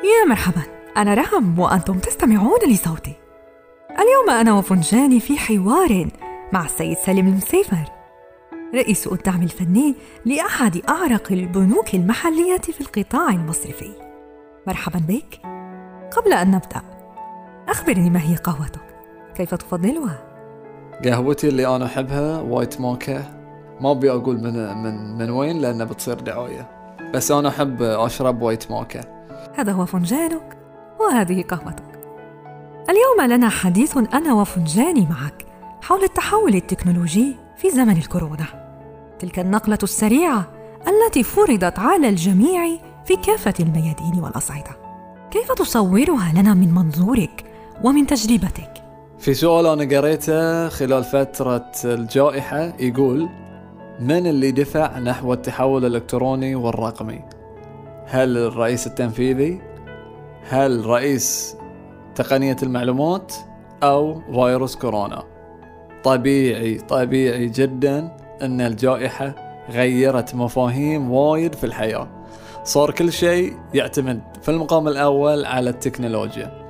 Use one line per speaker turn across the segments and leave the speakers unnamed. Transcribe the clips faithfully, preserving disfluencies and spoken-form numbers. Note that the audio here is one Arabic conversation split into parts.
يا مرحبا، أنا رهم وأنتم تستمعون لصوتي. اليوم أنا وفنجاني في حوار مع السيد سالم المسيفر، رئيس الدعم الفني لأحد أعرق البنوك المحلية في القطاع المصرفي. مرحبا بك. قبل أن نبدأ، أخبرني ما هي قهوتك؟ كيف تفضلها؟
قهوتي اللي أنا أحبها وايت موكا. ما أبي أقول من من من وين لأنه بتصير دعاية، بس أنا أحب أشرب وايت موكا.
هذا هو فنجانك وهذه قهوتك. اليوم لنا حديث أنا وفنجاني معك حول التحول التكنولوجي في زمن الكورونا، تلك النقلة السريعة التي فرضت على الجميع في كافة الميادين والأصعدة. كيف تصورها لنا من منظورك ومن تجربتك؟
في سؤال أنا قريته خلال فترة الجائحة يقول: من اللي دفع نحو التحول الإلكتروني والرقمي؟ هل الرئيس التنفيذي؟ هل رئيس تقنية المعلومات؟ أو فيروس كورونا؟ طبيعي طبيعي جدا أن الجائحة غيرت مفاهيم وايد في الحياة. صار كل شيء يعتمد في المقام الأول على التكنولوجيا.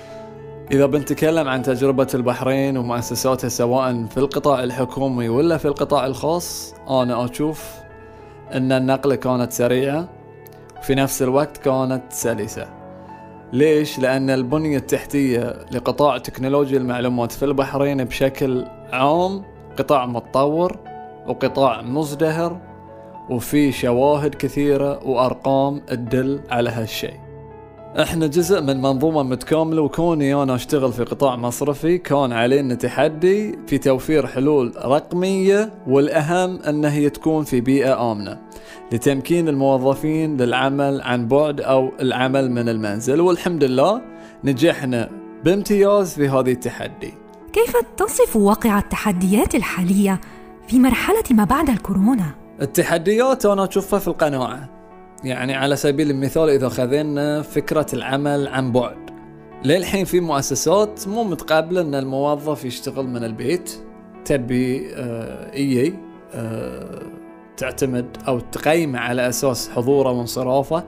إذا بنتكلم عن تجربة البحرين ومؤسساتها سواء في القطاع الحكومي ولا في القطاع الخاص، أنا أشوف أن النقلة كانت سريعة وفي نفس الوقت كانت سلسة. ليش؟ لأن البنية التحتية لقطاع تكنولوجيا المعلومات في البحرين بشكل عام قطاع متطور وقطاع مزدهر، وفي شواهد كثيرة وأرقام تدل على هالشيء. احنا جزء من منظومة متكاملة، وكوني انا اشتغل في قطاع مصرفي كان علينا تحدي في توفير حلول رقمية، والأهم أنها هي تكون في بيئة آمنة لتمكين الموظفين للعمل عن بعد أو العمل من المنزل. والحمد لله نجحنا بامتياز في هذه التحدي.
كيف تصف واقع التحديات الحالية في مرحلة ما بعد الكورونا؟
التحديات أنا أشوفها في القناعة. يعني على سبيل المثال إذا خذينا فكرة العمل عن بعد، للحين في مؤسسات مو متقابلة أن الموظف يشتغل من البيت، تبي آه إيي آه تعتمد أو تقيم على أساس حضوره وانصرافه.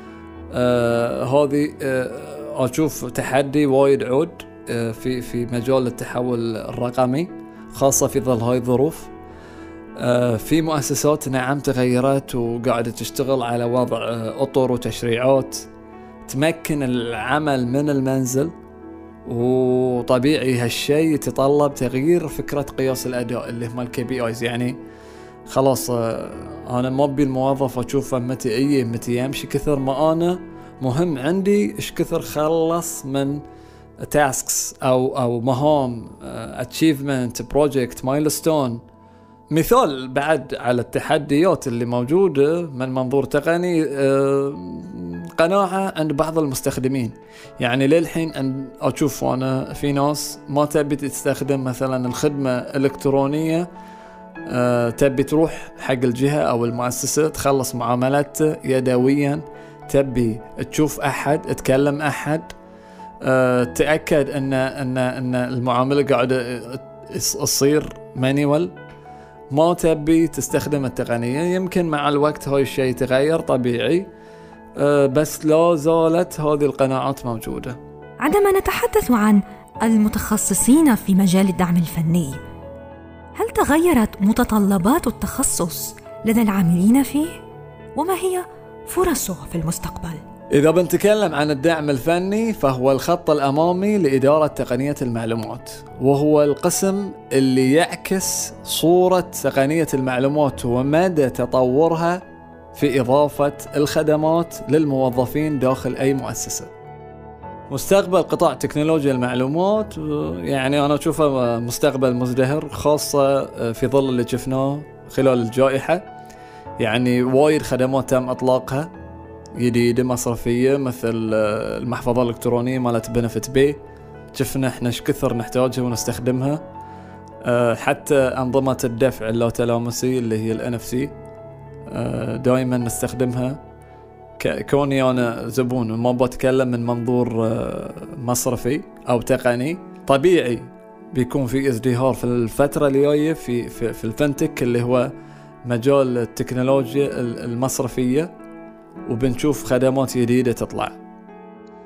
آه هذه آه أشوف تحدي وايد عود آه في في مجال التحول الرقمي، خاصة في ظل هاي الظروف. آه في مؤسسات نعم تغيرت وقاعدة تشتغل على وضع آه أطر وتشريعات تمكن العمل من المنزل، وطبيعي هالشيء يتطلب تغيير فكرة قياس الأداء اللي هم الكي بي آيز. يعني خلاص آه أنا ما أبي الموظف أشوفه متى إيه متى يمشي، كثر ما أنا مهم عندي إيش كثر خلص من تاسكس أو أو مهام آه achievement project milestone. مثال بعد على التحديات اللي موجودة من منظور تقني، قناعة عند بعض المستخدمين. يعني للحين أن أشوف أنا في ناس ما تبي تستخدم مثلا الخدمة الإلكترونية، تبي تروح حق الجهة أو المؤسسة تخلص معاملات يدويا، تبي تشوف أحد تكلم أحد، تأكد أن أن أن المعاملة قاعدة تصير مانيوال، ما تبي تستخدم التقنية. يمكن مع الوقت هاي الشيء يتغير طبيعي، أه بس لا زالت هذه القناعات موجودة.
عندما نتحدث عن المتخصصين في مجال الدعم الفني، هل تغيرت متطلبات التخصص لدى العاملين فيه؟ وما هي فرصه في المستقبل؟
إذا بنتكلم عن الدعم الفني فهو الخط الأمامي لإدارة تقنية المعلومات، وهو القسم اللي يعكس صورة تقنية المعلومات ومدى تطورها في إضافة الخدمات للموظفين داخل أي مؤسسة. مستقبل قطاع تكنولوجيا المعلومات يعني أنا أشوفه مستقبل مزدهر، خاصة في ظل اللي شفناه خلال الجائحة. يعني وايد خدمات تم إطلاقها جديدة مصرفية، مثل المحفظة الإلكترونية مالت بنفت بي، شفنا احنا ايش كثر نحتاجها ونستخدمها. أه حتى أنظمة الدفع اللا تلامسي اللي هي ال إن إف سي أه دائما نستخدمها. كوني أنا زبون وما بتكلم من منظور أه مصرفي أو تقني، طبيعي بيكون في ازدهار في الفترة اللي جاية في, في, في الفنتك اللي هو مجال التكنولوجيا المصرفية، وبنشوف خدمات جديدة تطلع.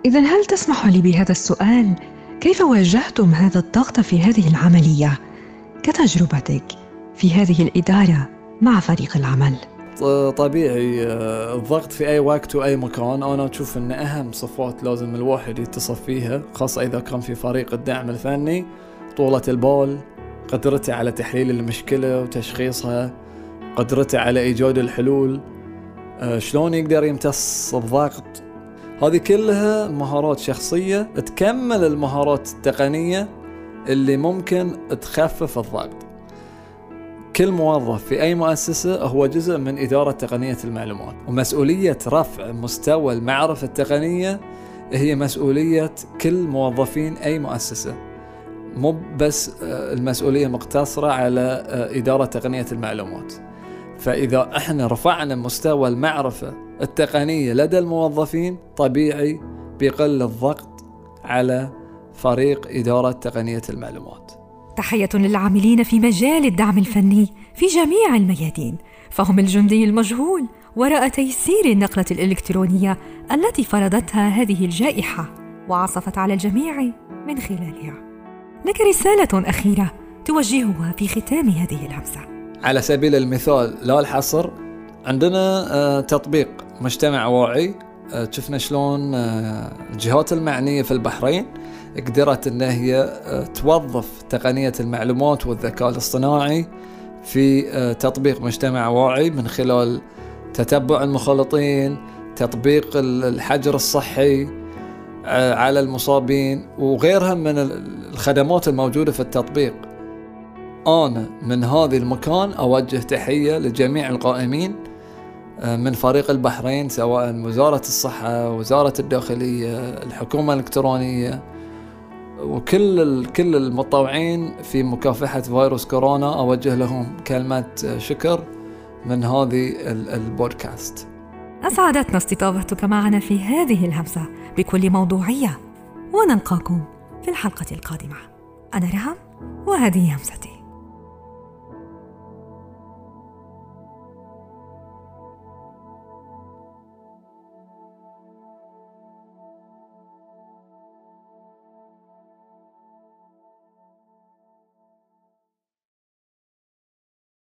إذن هل تسمح لي بهذا السؤال؟ كيف واجهتم هذا الضغط في هذه العملية كتجربتك في هذه الإدارة مع فريق العمل؟
طبيعي الضغط في أي وقت وأي مكان. أنا أشوف أن أهم صفات لازم الواحد يتصف فيها، خاصة إذا كان في فريق الدعم الفني: طولة البال، قدرته على تحليل المشكلة وتشخيصها، قدرته على إيجاد الحلول، شلون يقدر يمتص الضغط. هذه كلها مهارات شخصية تكمل المهارات التقنية اللي ممكن تخفف الضغط. كل موظف في أي مؤسسة هو جزء من إدارة تقنية المعلومات، ومسؤولية رفع مستوى المعرفة التقنية هي مسؤولية كل موظفين أي مؤسسة، مو بس المسؤولية مقتصرة على إدارة تقنية المعلومات. فإذا احنا رفعنا مستوى المعرفة التقنية لدى الموظفين، طبيعي بيقل الضغط على فريق إدارة تقنية المعلومات.
تحية للعاملين في مجال الدعم الفني في جميع الميادين، فهم الجندي المجهول وراء تيسير النقلة الإلكترونية التي فرضتها هذه الجائحة وعصفت على الجميع من خلالها. لك رسالة أخيرة توجهها في ختام هذه الهمسة.
على سبيل المثال لا الحصر، عندنا تطبيق مجتمع واعي. شفنا شلون الجهات المعنية في البحرين قدرت أن هي توظف تقنية المعلومات والذكاء الاصطناعي في تطبيق مجتمع واعي من خلال تتبع المخالطين، تطبيق الحجر الصحي على المصابين وغيرها من الخدمات الموجودة في التطبيق. أنا من هذه المكان أوجه تحية لجميع القائمين من فريق البحرين، سواء وزارة الصحة، وزارة الداخلية، الحكومة الإلكترونية، وكل كل المتطوعين في مكافحة فيروس كورونا. أوجه لهم كلمة شكر من هذه البودكاست.
أسعدتنا استضافتك معنا في هذه الهمسة بكل موضوعية، ونلقاكم في الحلقة القادمة. أنا رهم، وهذه همستي.